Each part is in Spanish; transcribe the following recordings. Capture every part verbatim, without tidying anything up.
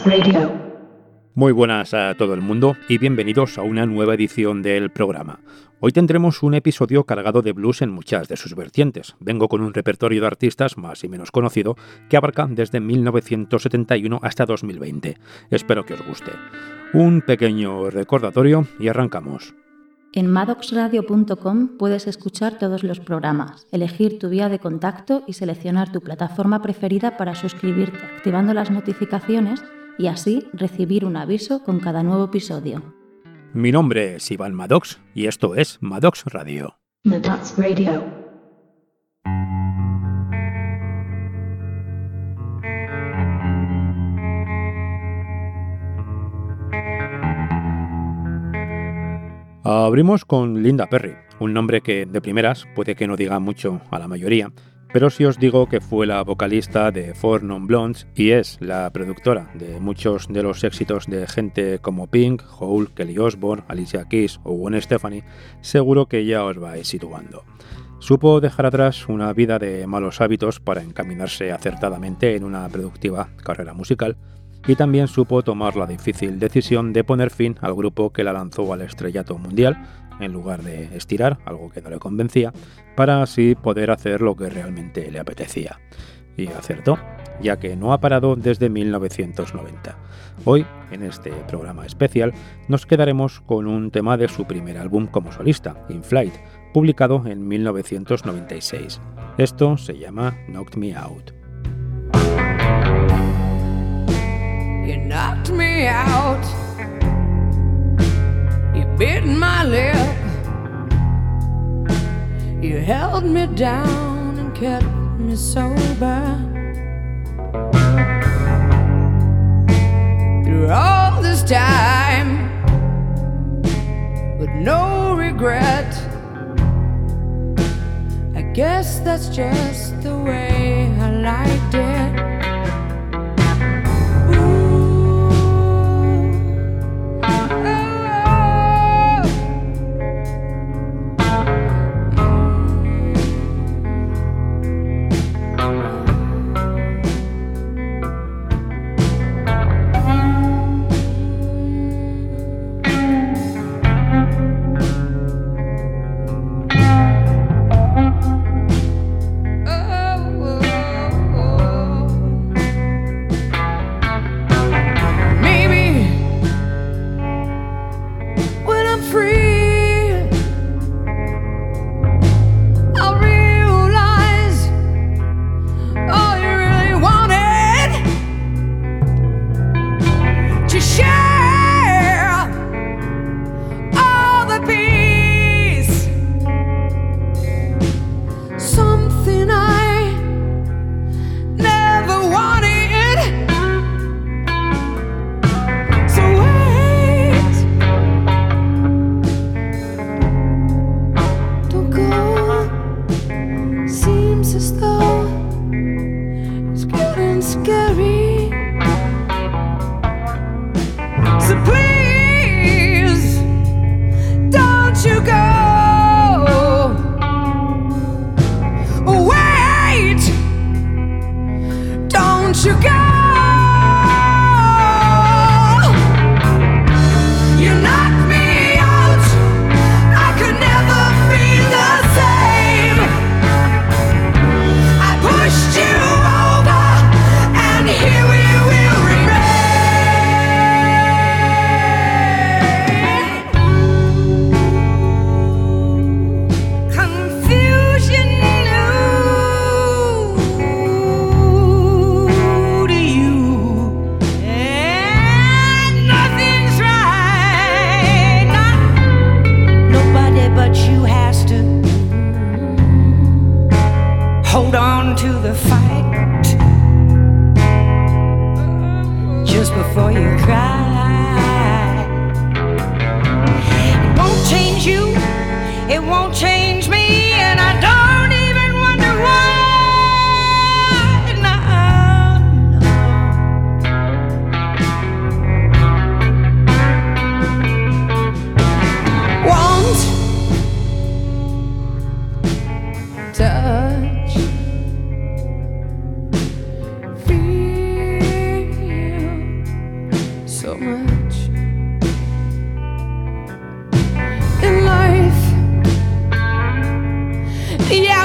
Radio. Muy buenas a todo el mundo y bienvenidos a una nueva edición del programa. Hoy tendremos un episodio cargado de blues en muchas de sus vertientes. Vengo con un repertorio de artistas más y menos conocido que abarca desde mil novecientos setenta y uno hasta dos mil veinte. Espero que os guste. Un pequeño recordatorio y arrancamos. En maddox radio punto com puedes escuchar todos los programas, elegir tu vía de contacto y seleccionar tu plataforma preferida para suscribirte, activando las notificaciones y así recibir un aviso con cada nuevo episodio. Mi nombre es Iván Maddox y esto es Maddox Radio. Maddox Radio. Abrimos con Linda Perry, un nombre que de primeras puede que no diga mucho a la mayoría, pero si os digo que fue la vocalista de Four Non Blondes y es la productora de muchos de los éxitos de gente como Pink, Hole, Kelly Osbourne, Alicia Keys o Gwen Stefani, seguro que ya os vais situando. Supo dejar atrás una vida de malos hábitos para encaminarse acertadamente en una productiva carrera musical, y también supo tomar la difícil decisión de poner fin al grupo que la lanzó al estrellato mundial, en lugar de estirar, algo que no le convencía, para así poder hacer lo que realmente le apetecía. Y acertó, ya que no ha parado desde mil novecientos noventa. Hoy, en este programa especial, nos quedaremos con un tema de su primer álbum como solista, In Flight, publicado en mil novecientos noventa y seis. Esto se llama Knocked Me Out. You knocked me out. You bit my lip. You held me down and kept me sober. Through all this time, with no regret. I guess that's just the way I liked it.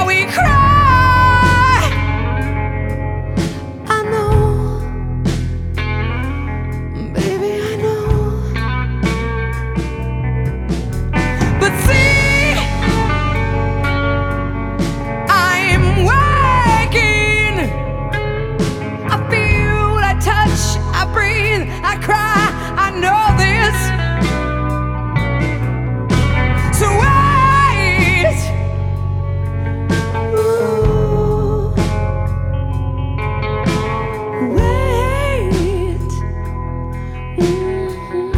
while we cry. I know, baby, I know. But see, I'm waking. I feel, I touch, I breathe, I cry. I know this. So wait. Ooh. Wait. Mm-hmm.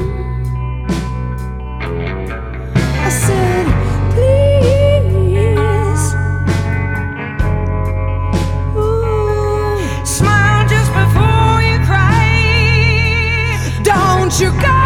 I said, please. Ooh. Smile just before you cry. Don't you go.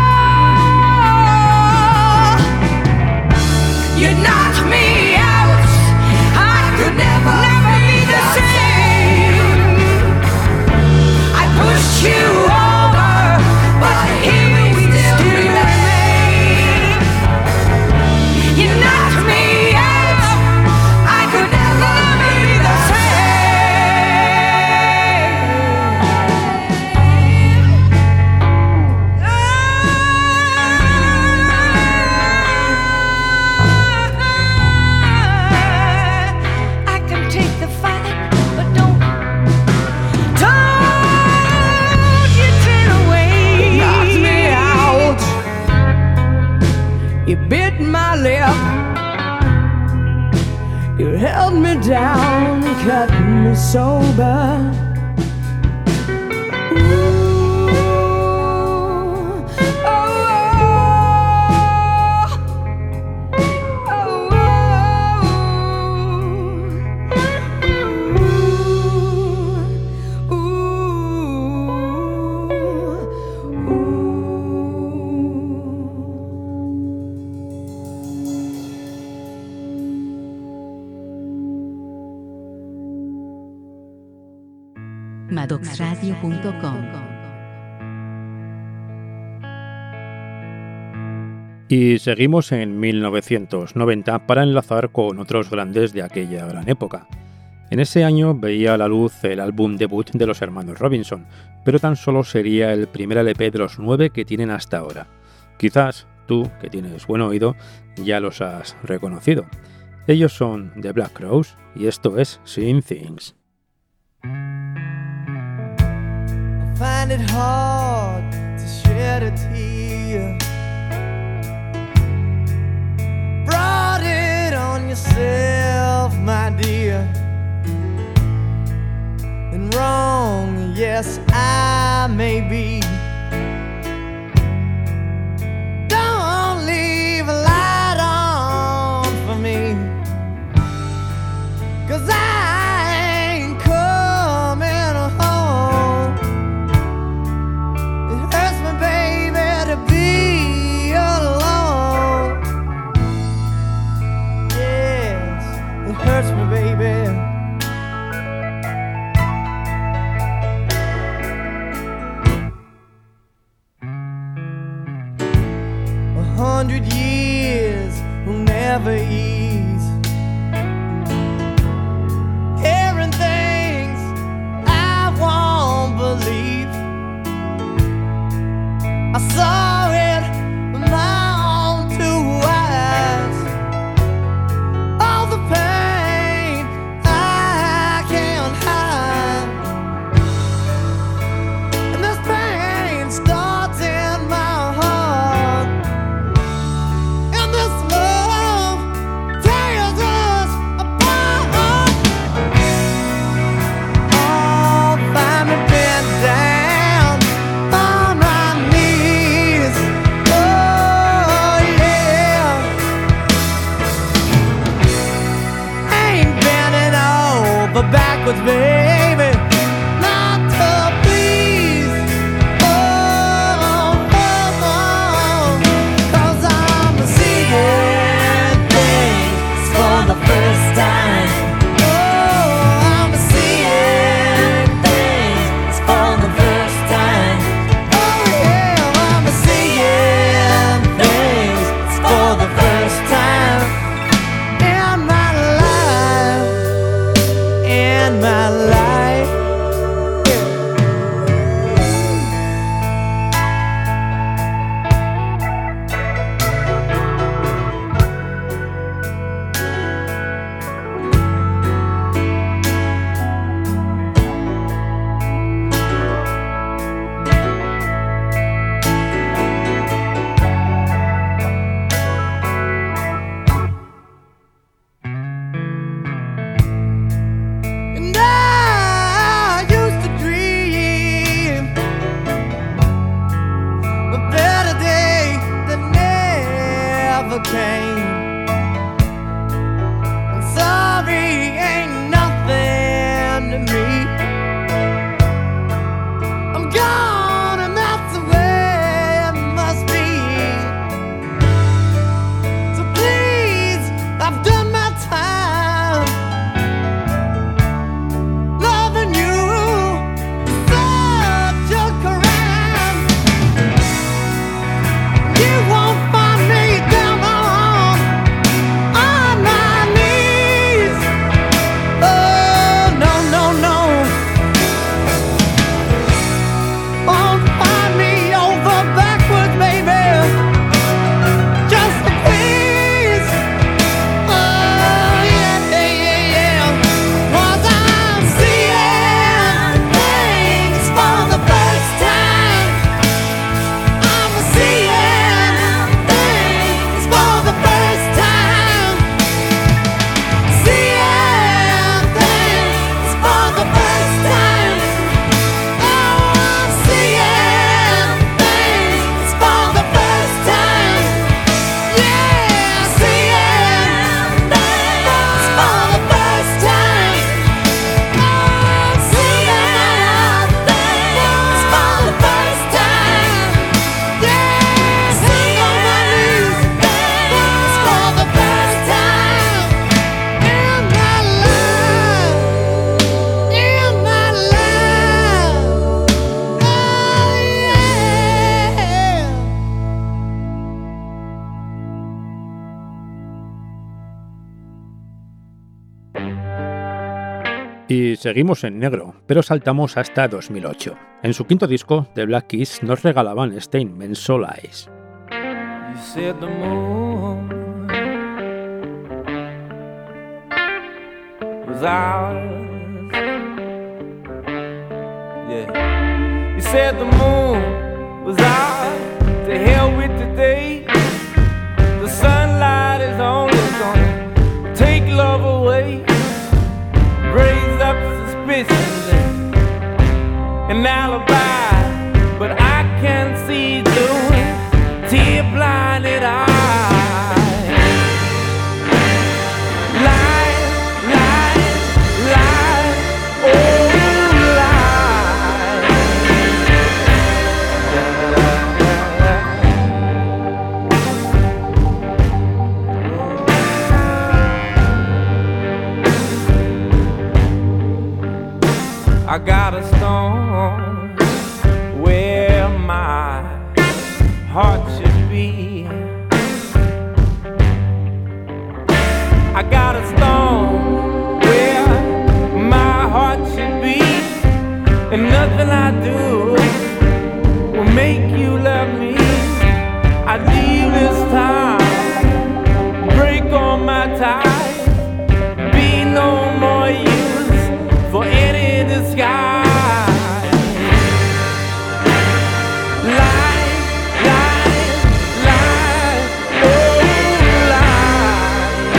You knocked me out. I could never, never be the same. I pushed you over, but here we still remain. You knocked me out. I could never be the I can take the fight, but don't, don't you turn away. You knocked me out. You bit my lip. You held me down and cut me sober. Ooh, oh, oh, oh, ooh, ooh, ooh. madox radio punto com. Y seguimos en mil novecientos noventa para enlazar con otros grandes de aquella gran época. En ese año veía a la luz el álbum debut de los hermanos Robinson, pero tan solo sería el primer L P de los nueve que tienen hasta ahora. Quizás tú, que tienes buen oído, ya los has reconocido. Ellos son The Black Crowes y esto es Seeing Things. Find it hard to shed a tear. Brought it on yourself, my dear. And wrong, yes, I may be. Don't leave a light on for me, 'cause I ain't coming home. It hurts me, baby, to be alone. Yes, it hurts me, baby. A hundred years will never ease. Hearing things I won't believe. I saw it with my own two eyes. All the pain I can't hide. And this pain starts in my heart. And this love tears us apart. Oh, find me bent down on my knees. Oh, yeah. Ain't bending over backwards, baby. Not to please. Oh, oh, oh. 'Cause I'm seeing things for the first time. Oh, I'm seeing things for the first time. Oh, yeah, I'm seeing things for the first time in my life. never came. And sorry ain't nothing to me. I'm gone and that's the way it must be. So please, I've done my time. Loving you is such a crime. You won't find me down on, on my knees. Oh, no, no, no. Won't find me over backwards, baby. Just a please. Oh, yeah, yeah, yeah, yeah. 'Cause I'm seeing things for the first time. I'm seeing things for the first time. Seeing things for the first time. Oh, I'm seeing things for the first time. Yeah, seeing things for the first time. Oh, I'm seeing things for the first time. Yeah, sing on my knees, things for the first time in my life, in my life. Oh yeah. Y seguimos en negro, pero saltamos hasta dos mil ocho. En su quinto disco, The Black Keys nos regalaban este inmenso Lies. You said the moon was ours. Yeah. You said the moon was ours. To hell with the day. The sunlight is only gonna take love away. Raise up suspicions and an alibi, but I can't see through it. Tear-blinded eyes. Lies, lies, lies, oh lies. I got a stone where my heart should be. I got a stone where my heart should be. And nothing I do will make you love me. I leave this time, break all my ties, be no more use for any disguise. Lies, lies, lies, oh lies.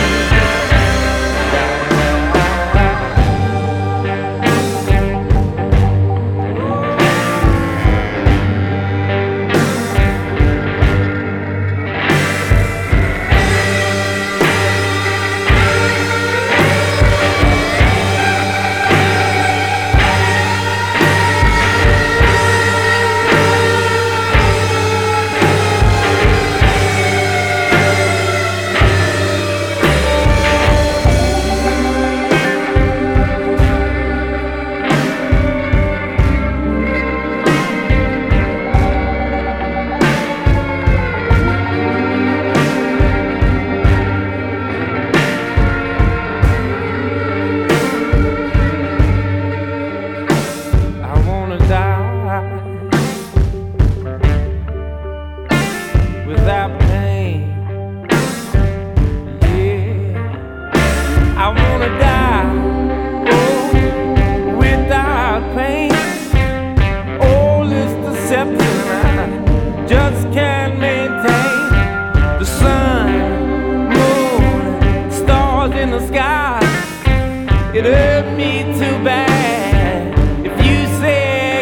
It hurt me too bad if you say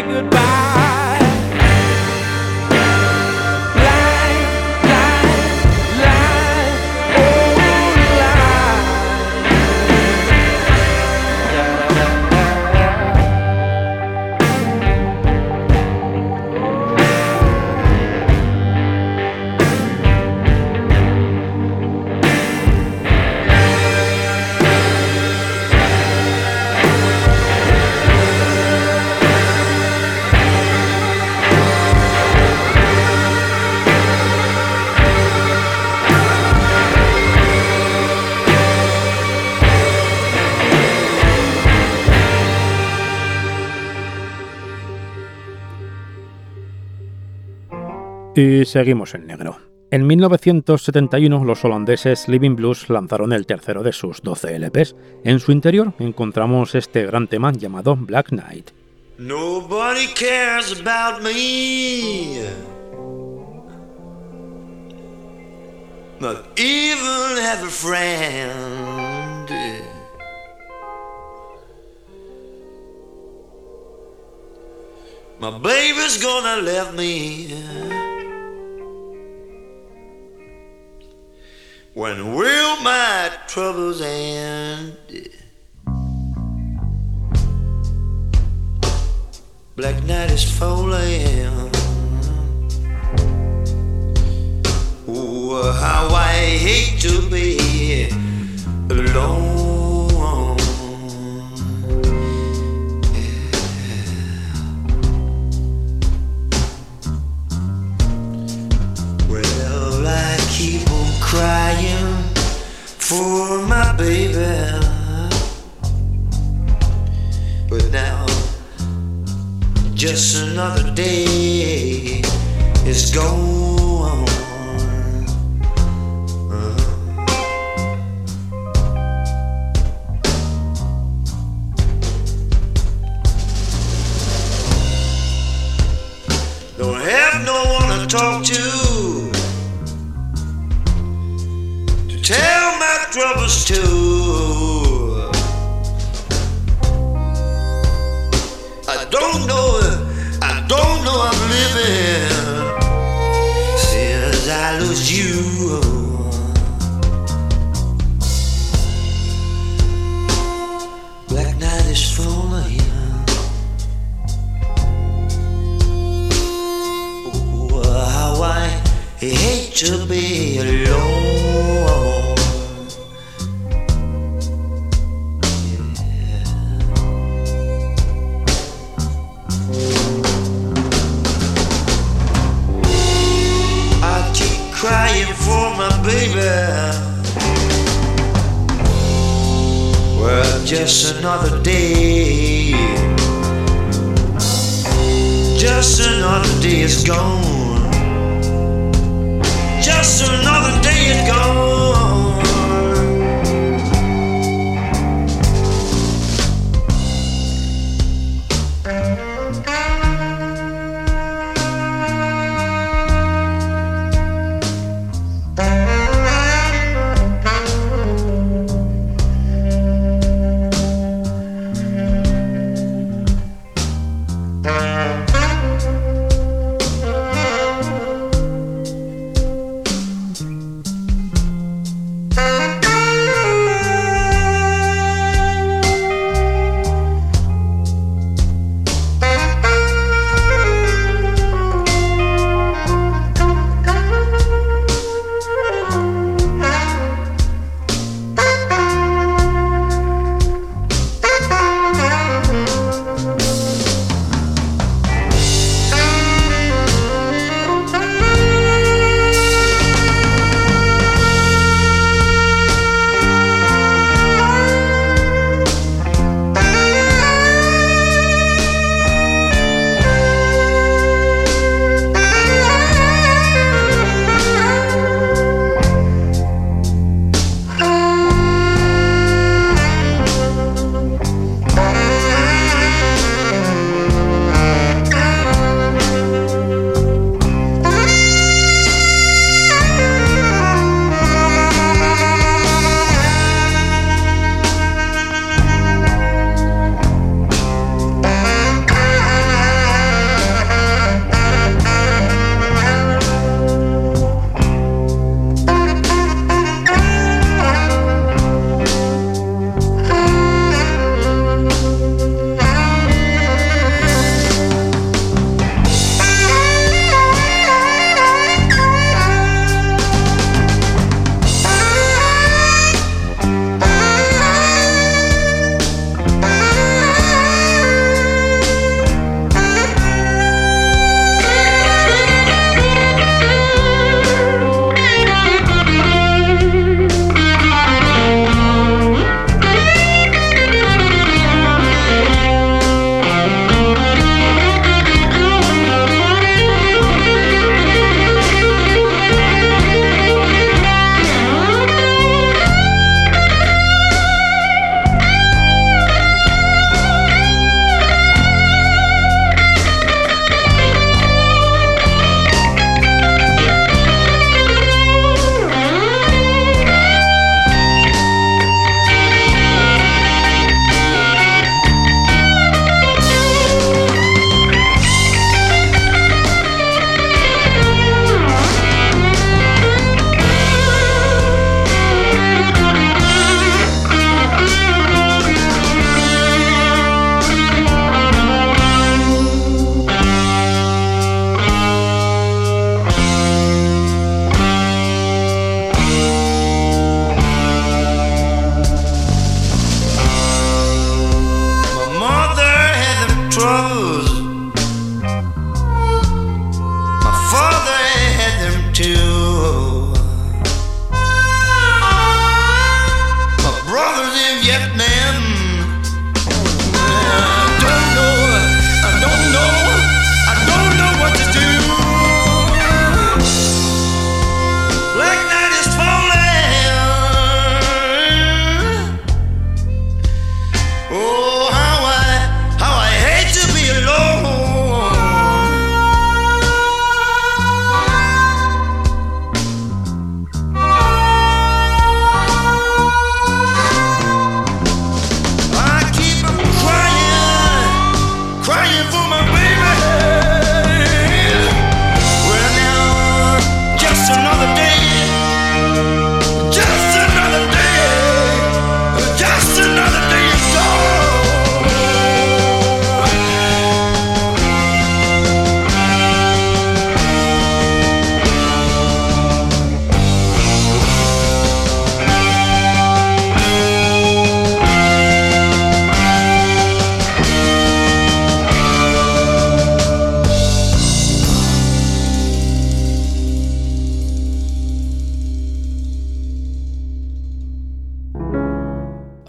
goodbye. Lie, lie, lie. Y seguimos en negro. En mil novecientos setenta y uno los holandeses Living Blues lanzaron el tercero de sus doce L Pes. En su interior encontramos este gran tema llamado Black Knight. Nobody cares about me, not even have a friend. My baby's gonna leave me. When will my troubles end? Black night is falling. Oh, how I hate to be alone. Yeah. Well, I keep on crying for my baby, but now just another day is gone. Uh-huh. Don't have no one to talk to, to tell my troubles to. I don't know, I don't know I'm living since I lose you. Black night is falling. Oh, how I hate to be alone. Crying for my baby. Well, just another day, just another day is gone. Just another day is gone.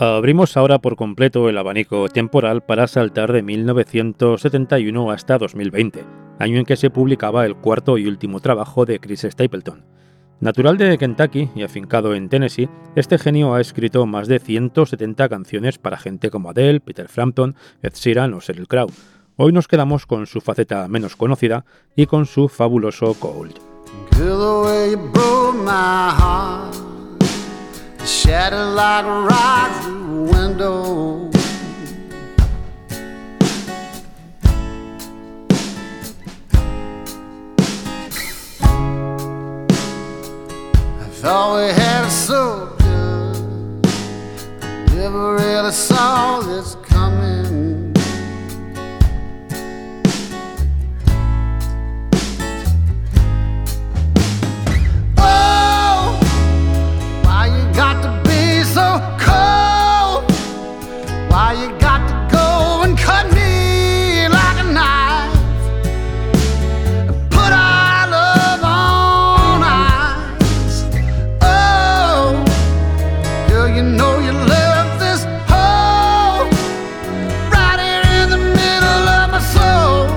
Abrimos ahora por completo el abanico temporal para saltar de mil novecientos setenta y uno hasta dos mil veinte, año en que se publicaba el cuarto y último trabajo de Chris Stapleton. Natural de Kentucky y afincado en Tennessee, este genio ha escrito más de ciento setenta canciones para gente como Adele, Peter Frampton, Ed Sheeran o Sheryl Crow. Hoy nos quedamos con su faceta menos conocida y con su fabuloso Cold. Shattered like a rock through a window. I thought we had it so good, never really saw this coming. Got to be so cold. Why you got to go and cut me like a knife and put our love on ice? Oh, girl, you know you left this hole right here in the middle of my soul.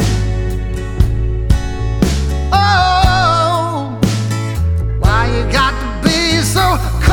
Oh, why you got to be so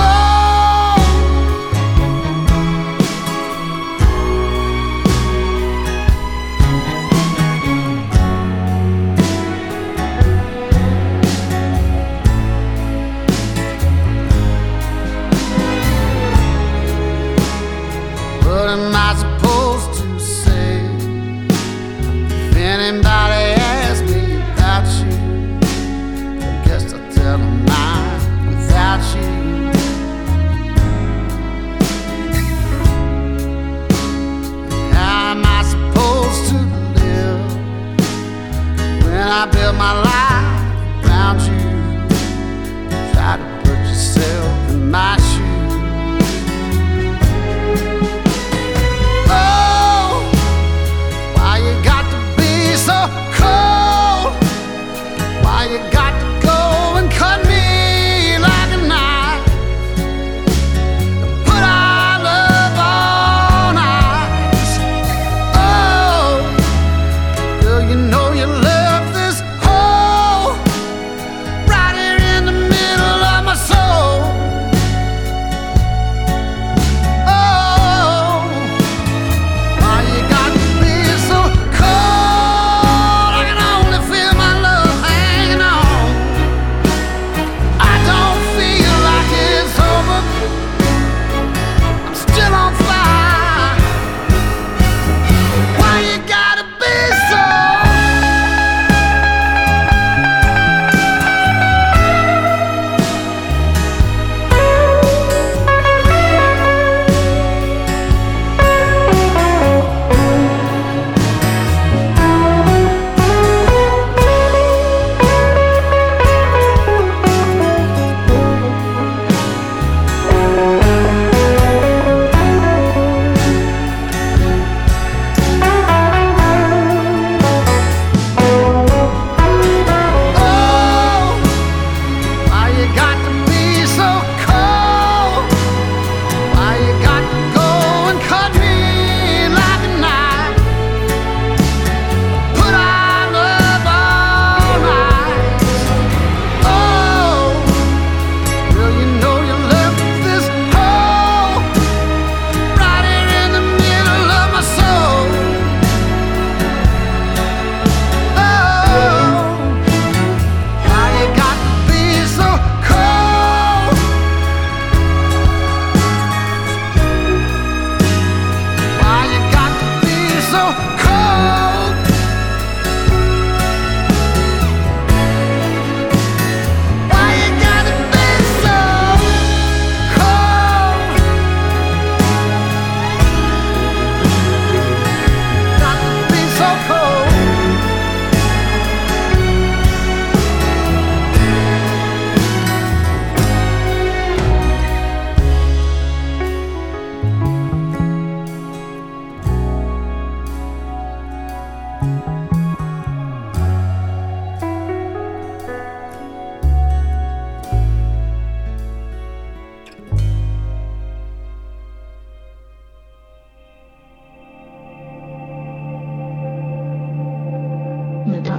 I build my life around you. Try to put yourself in my shoes. Oh, why you got to be so cold? Why you got to go and cut me like a knife and put our love on ice? Oh, girl, you know you love this hole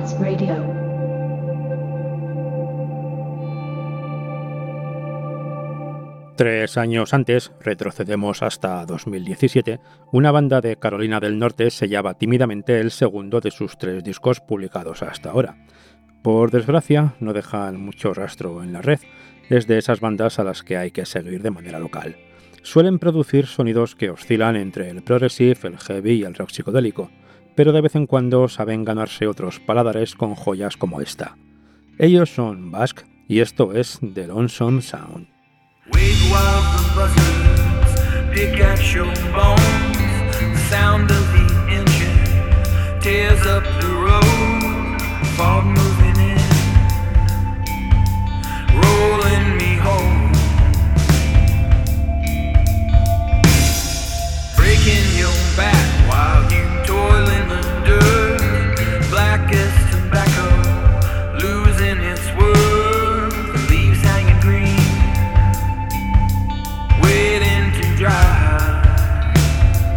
Trance Radio. Tres años antes, retrocedemos hasta dos mil diecisiete, una banda de Carolina del Norte sellaba tímidamente el segundo de sus tres discos publicados hasta ahora. Por desgracia, no dejan mucho rastro en la red, es de esas bandas a las que hay que seguir de manera local. Suelen producir sonidos que oscilan entre el progressive, el heavy y el rock psicodélico, pero de vez en cuando saben ganarse otros paladares con joyas como esta. Ellos son Basque y esto es The Lonesome Sound. Wade while the buzzards pick at your bones. The sound of the engine tears up the road. Fog moving in, rolling me home. Breaking your back while you toil in the dirt. Black as tobacco, losing its worth. The leaves hanging green, waiting to dry.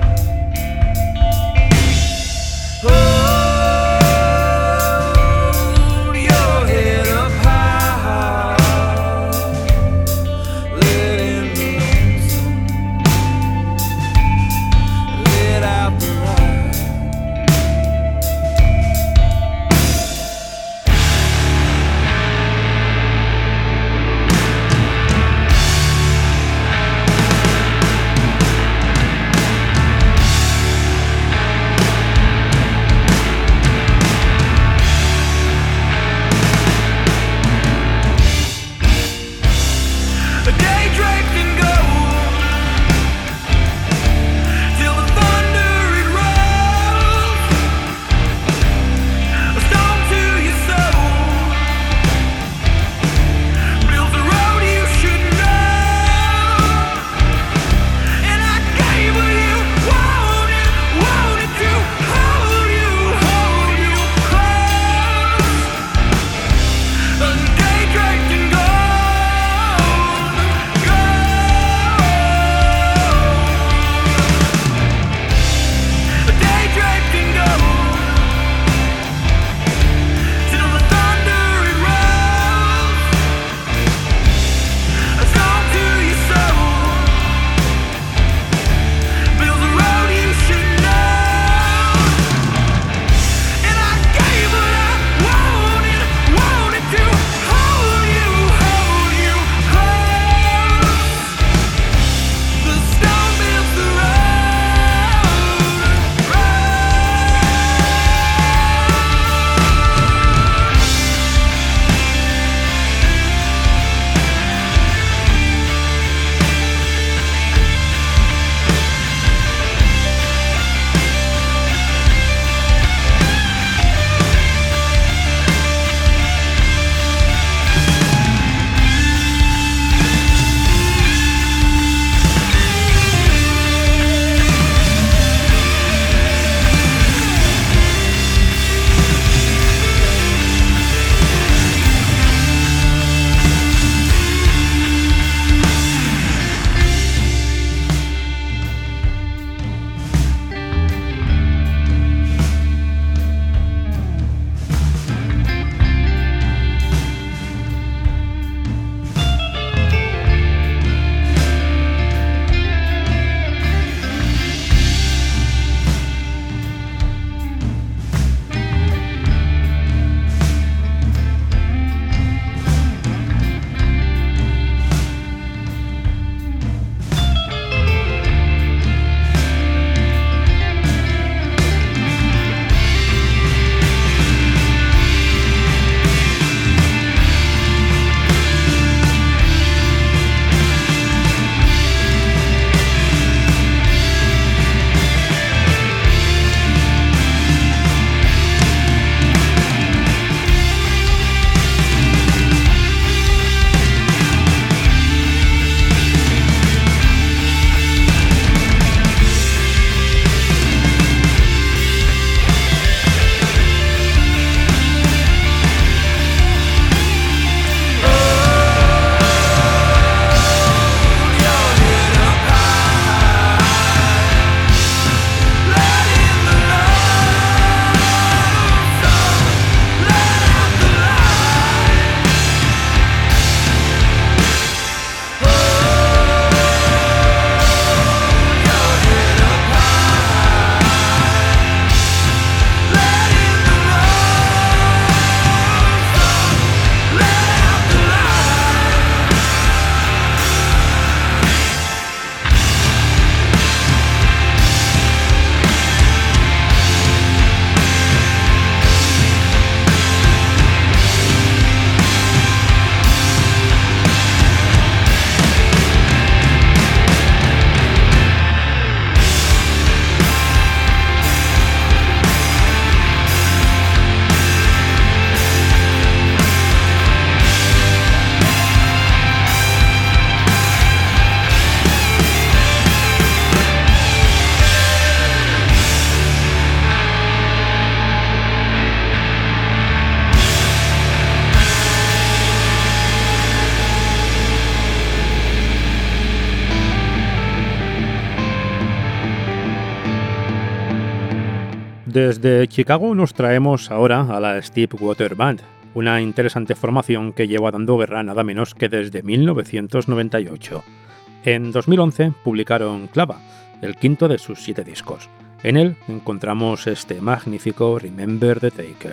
Desde Chicago nos traemos ahora a la Steepwater Band, una interesante formación que lleva dando guerra nada menos que desde mil novecientos noventa y ocho. En dos mil once publicaron Clava, el quinto de sus siete discos. En él encontramos este magnífico Remember the Taker.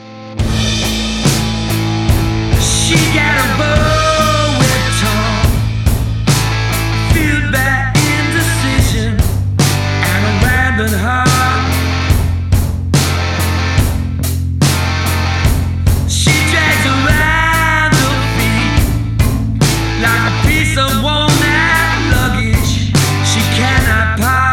She got a bow with tongue, fueled by indecision, and a rabid heart. She drags around her feet like a piece of worn-out luggage she cannot part.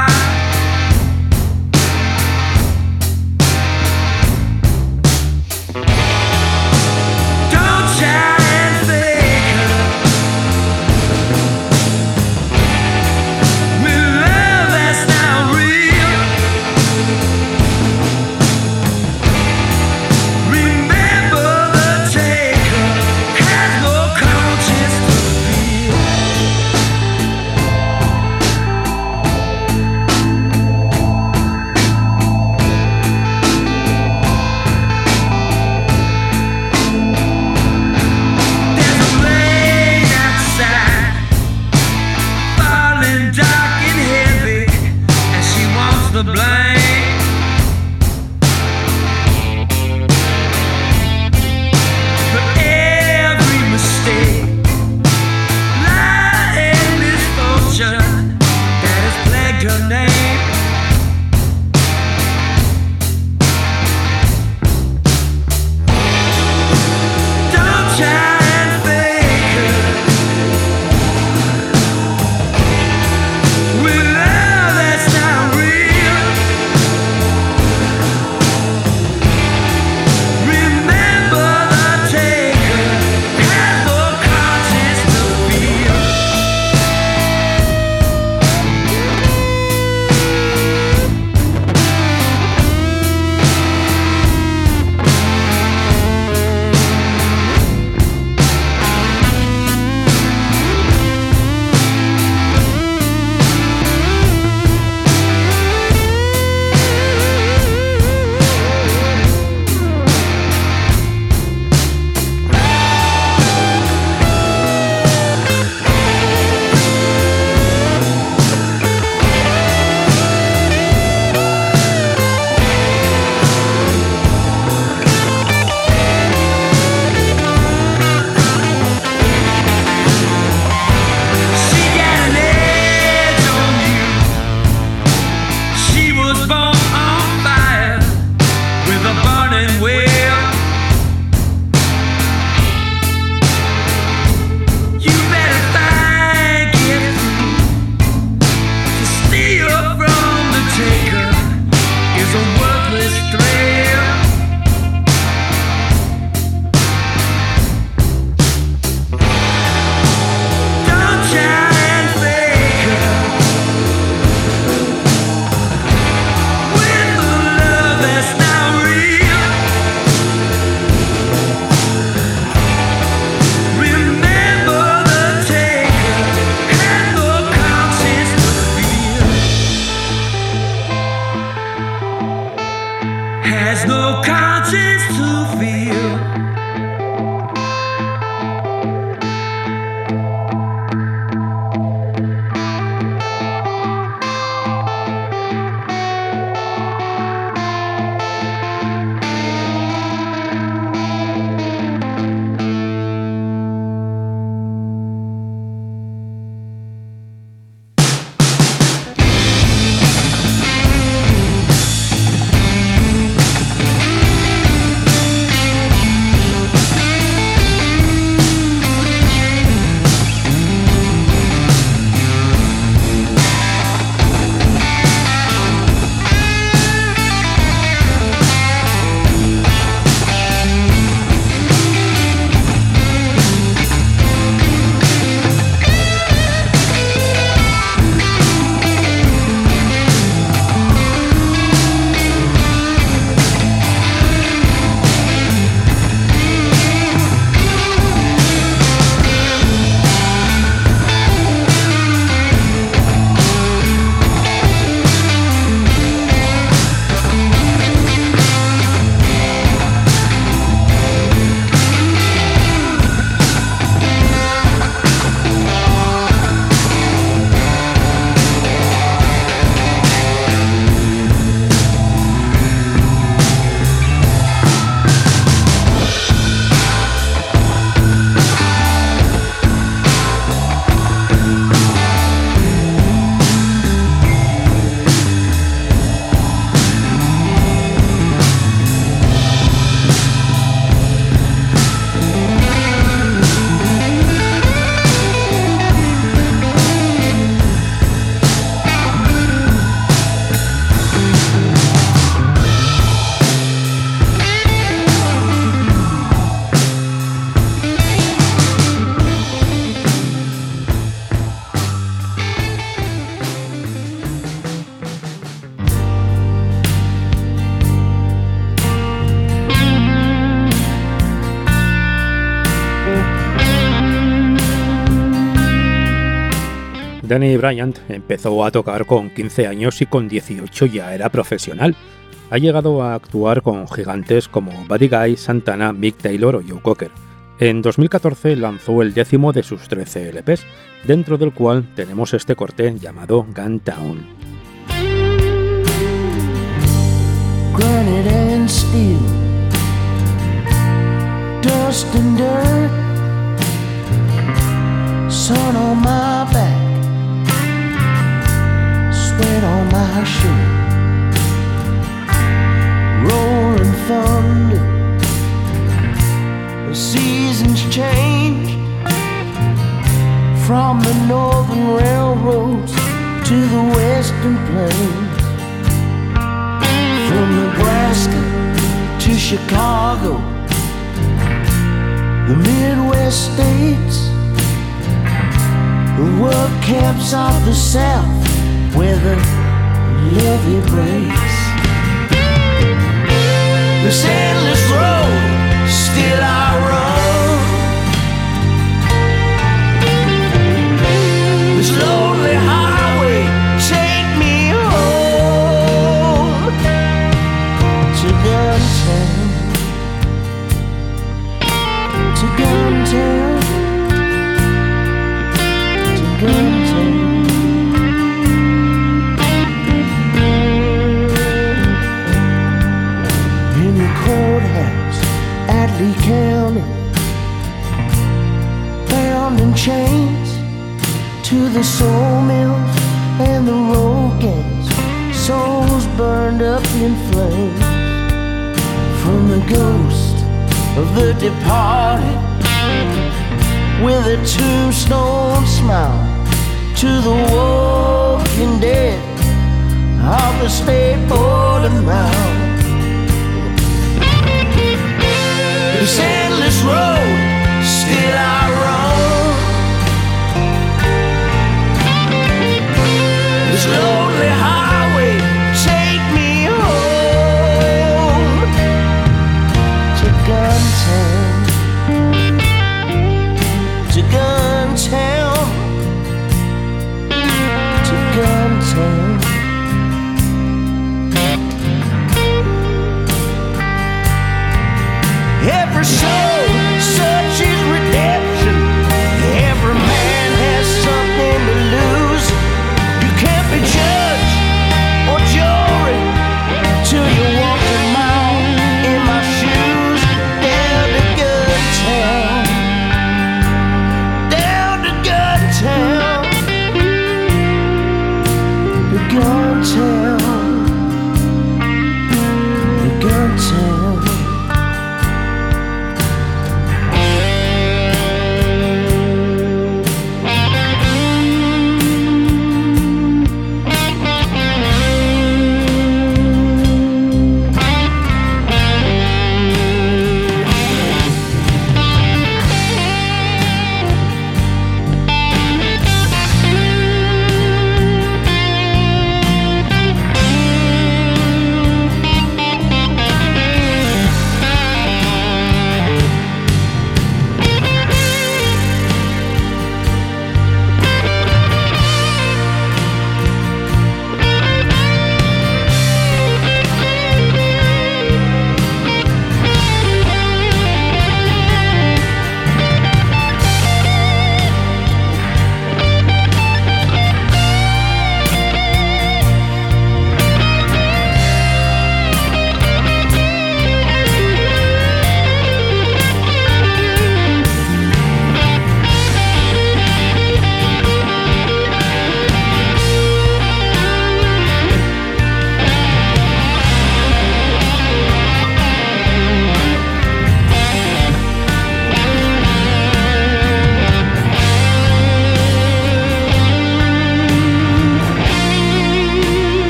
Danny Bryant empezó a tocar con quince años y con dieciocho ya era profesional. Ha llegado a actuar con gigantes como Buddy Guy, Santana, Mick Taylor o Joe Cocker. En dos mil catorce lanzó el décimo de sus trece L Pes, dentro del cual tenemos este corte llamado Gun Town. Granite and steel, dust and dirt, sun on my back, sweat on my shirt, rolling thunder, the seasons change, from the northern railroads to the western plains, from Nebraska to Chicago, the Midwest states, the work camps of the South, where the levee breaks. This endless road, still I run. This lonely highway, take me home to Guntown, to Guntown, to Guntown. In the courthouse at Lee County, bound in chains to the sawmills and the road gangs, souls burned up in flames. From the ghost of the departed, with a tombstone smile, to the walking dead of the state border mound. This endless road, still I run. This lonely highway, take me home to Guntown, to Guntown, to Guntown. Every soul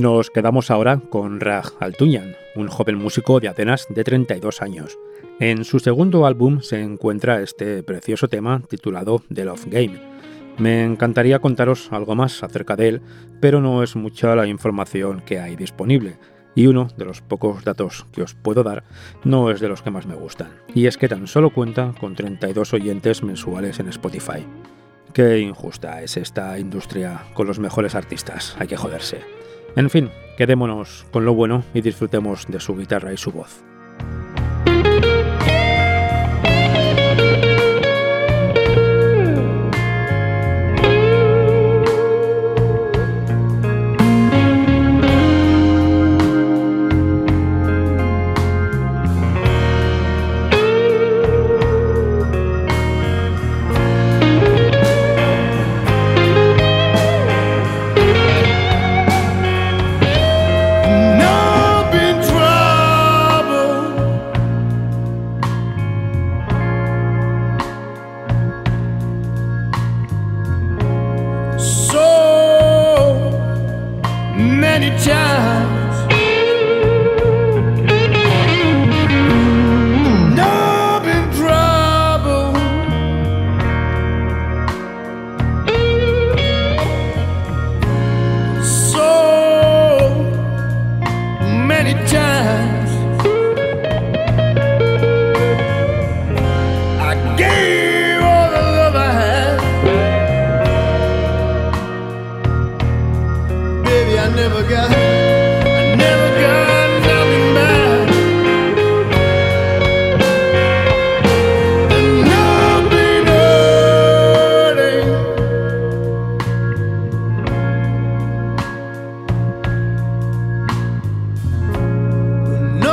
Nos quedamos ahora con Raj Altunyan, un joven músico de Atenas de treinta y dos años. En su segundo álbum se encuentra este precioso tema titulado The Love Game. Me encantaría contaros algo más acerca de él, pero no es mucha la información que hay disponible, y uno de los pocos datos que os puedo dar no es de los que más me gustan, y es que tan solo cuenta con treinta y dos oyentes mensuales en Spotify. Qué injusta es esta industria con los mejores artistas, hay que joderse. En fin, quedémonos con lo bueno y disfrutemos de su guitarra y su voz. No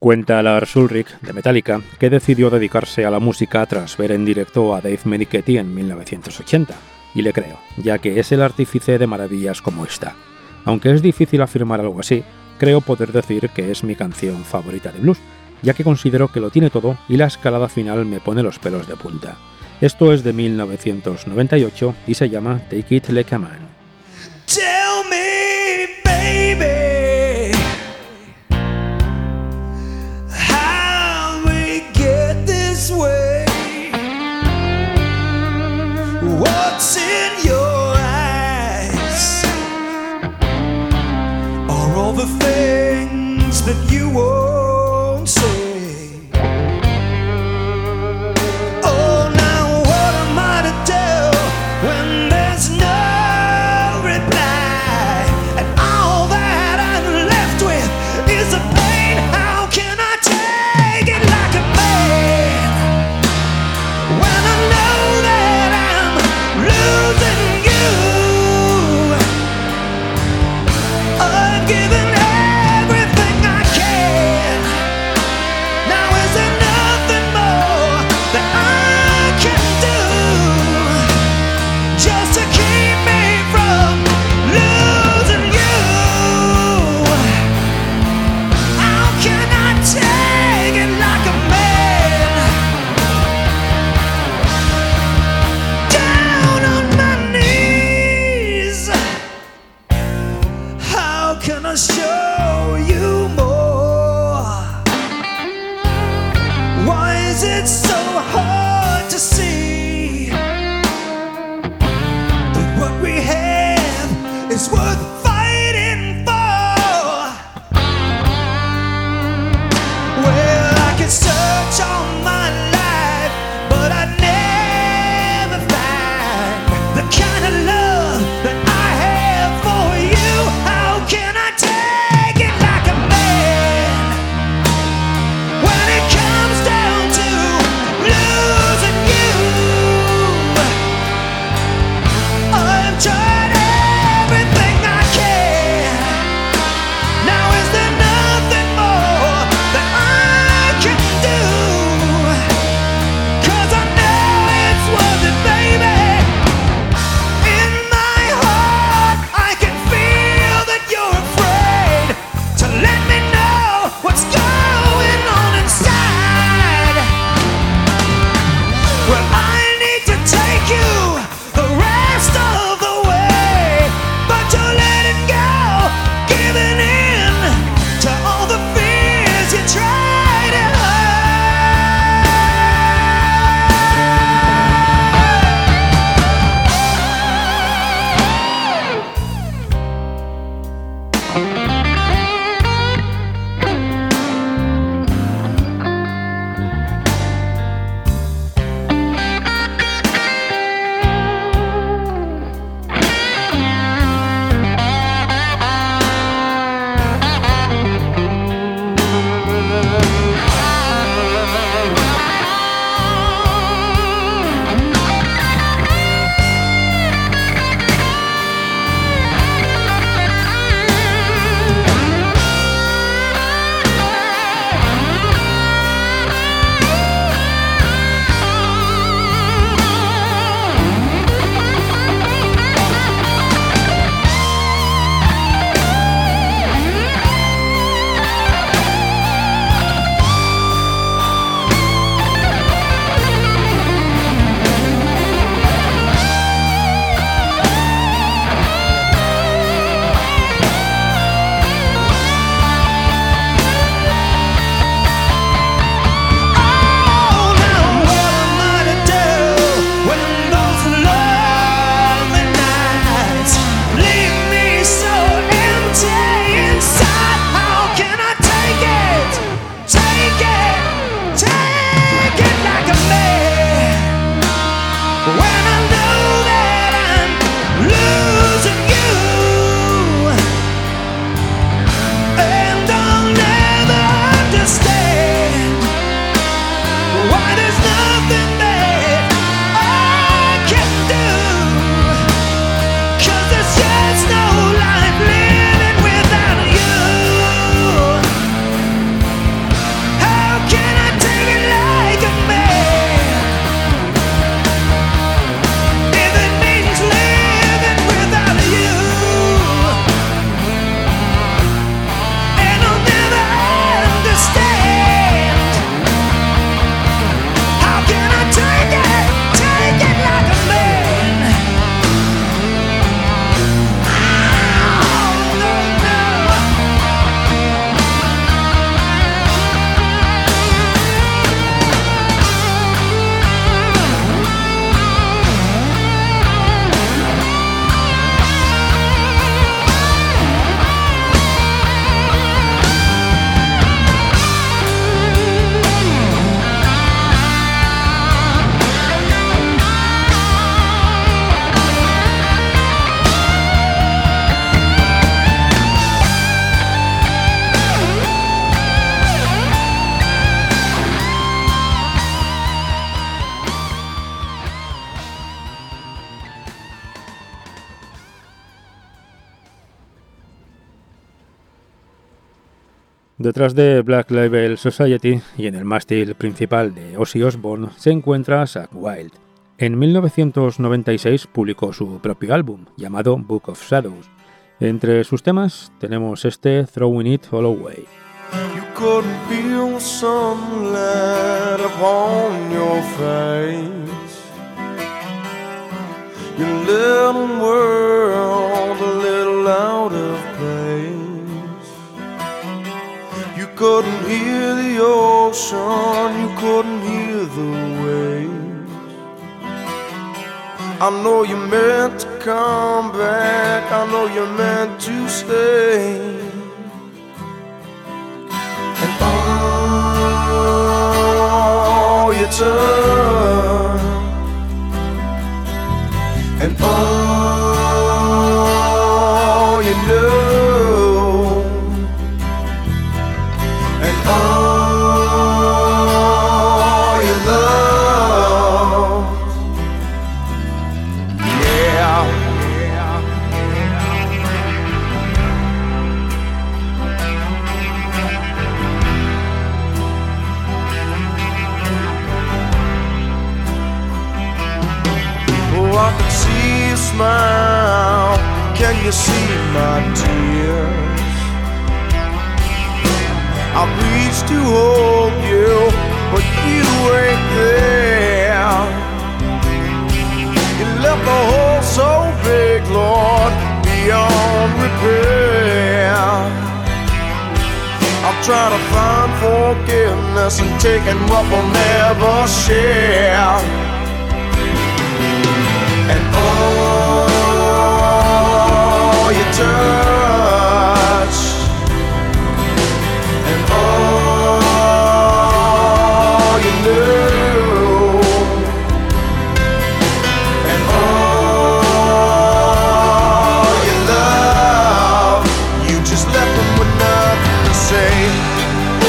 Cuenta Lars Ulrich, de Metallica, que decidió dedicarse a la música tras ver en directo a Dave Meniketti en mil novecientos ochenta, y le creo, ya que es el artífice de maravillas como esta. Aunque es difícil afirmar algo así, creo poder decir que es mi canción favorita de blues, ya que considero que lo tiene todo y la escalada final me pone los pelos de punta. Esto es de mil novecientos noventa y ocho y se llama Take It Like a Man. Tell me, baby, how we get this way. What's in your eyes? Are all the things that you won't say? Oh, now what am I to tell when there's no reply? And all that I'm left with is a pain. How can I take it like a man when I know that I'm losing you? I've given everything I can, Detrás de Black Label Society y en el mástil principal de Ozzy Osbourne se encuentra Zakk Wylde. En mil novecientos noventa y seis publicó su propio álbum, llamado Book of Shadows. Entre sus temas tenemos este Throwing It All Away. You couldn't feel the sunlight upon your face. Your little world a little out of place. You couldn't hear the ocean, you couldn't hear the waves. I know you meant to come back, I know you meant to stay. And all you turn, and all you know, and all you love, yeah, yeah. Oh, I can see you smile. Can you see my tears? I reached to hold you, but you ain't there. You left the hole so big, Lord, beyond repair. I'm trying to find forgiveness and taking what we'll never share. And all you touch, and all you know, and all you love, you just left them with nothing to say. Oh,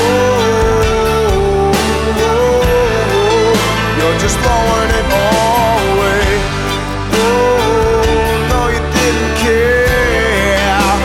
oh, oh, you're just throwing it all away. Oh, no, you didn't care.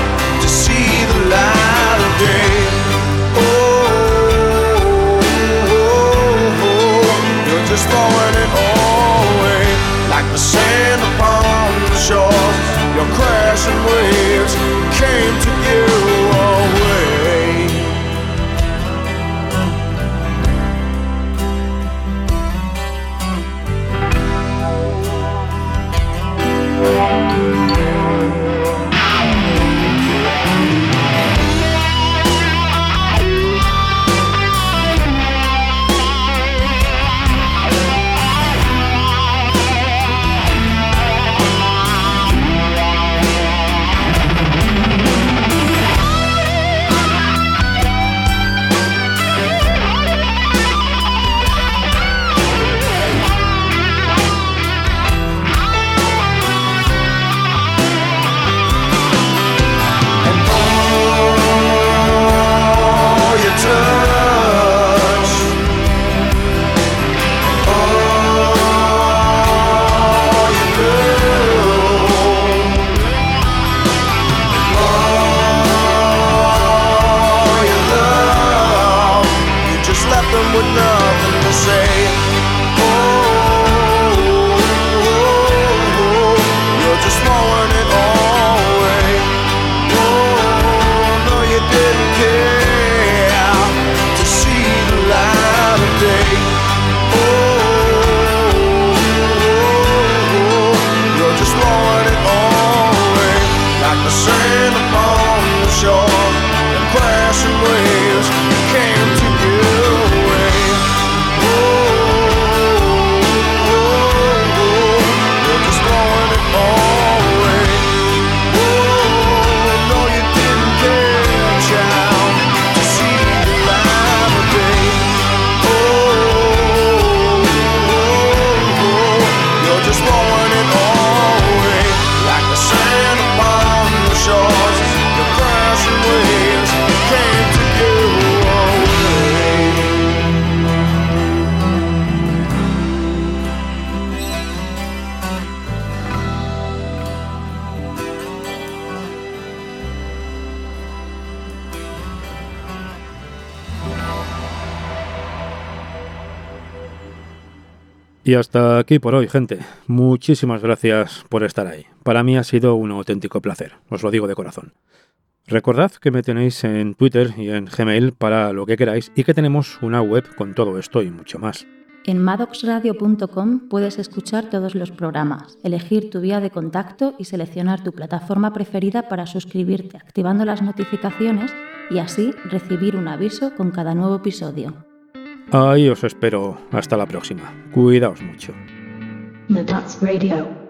Y hasta aquí por hoy, gente. Muchísimas gracias por estar ahí. Para mí ha sido un auténtico placer, os lo digo de corazón. Recordad que me tenéis en Twitter y en Gmail para lo que queráis y que tenemos una web con todo esto y mucho más. En maddox radio punto com puedes escuchar todos los programas, elegir tu vía de contacto y seleccionar tu plataforma preferida para suscribirte activando las notificaciones y así recibir un aviso con cada nuevo episodio. Ahí os espero. Hasta la próxima. Cuidaos mucho. Maddox Radio.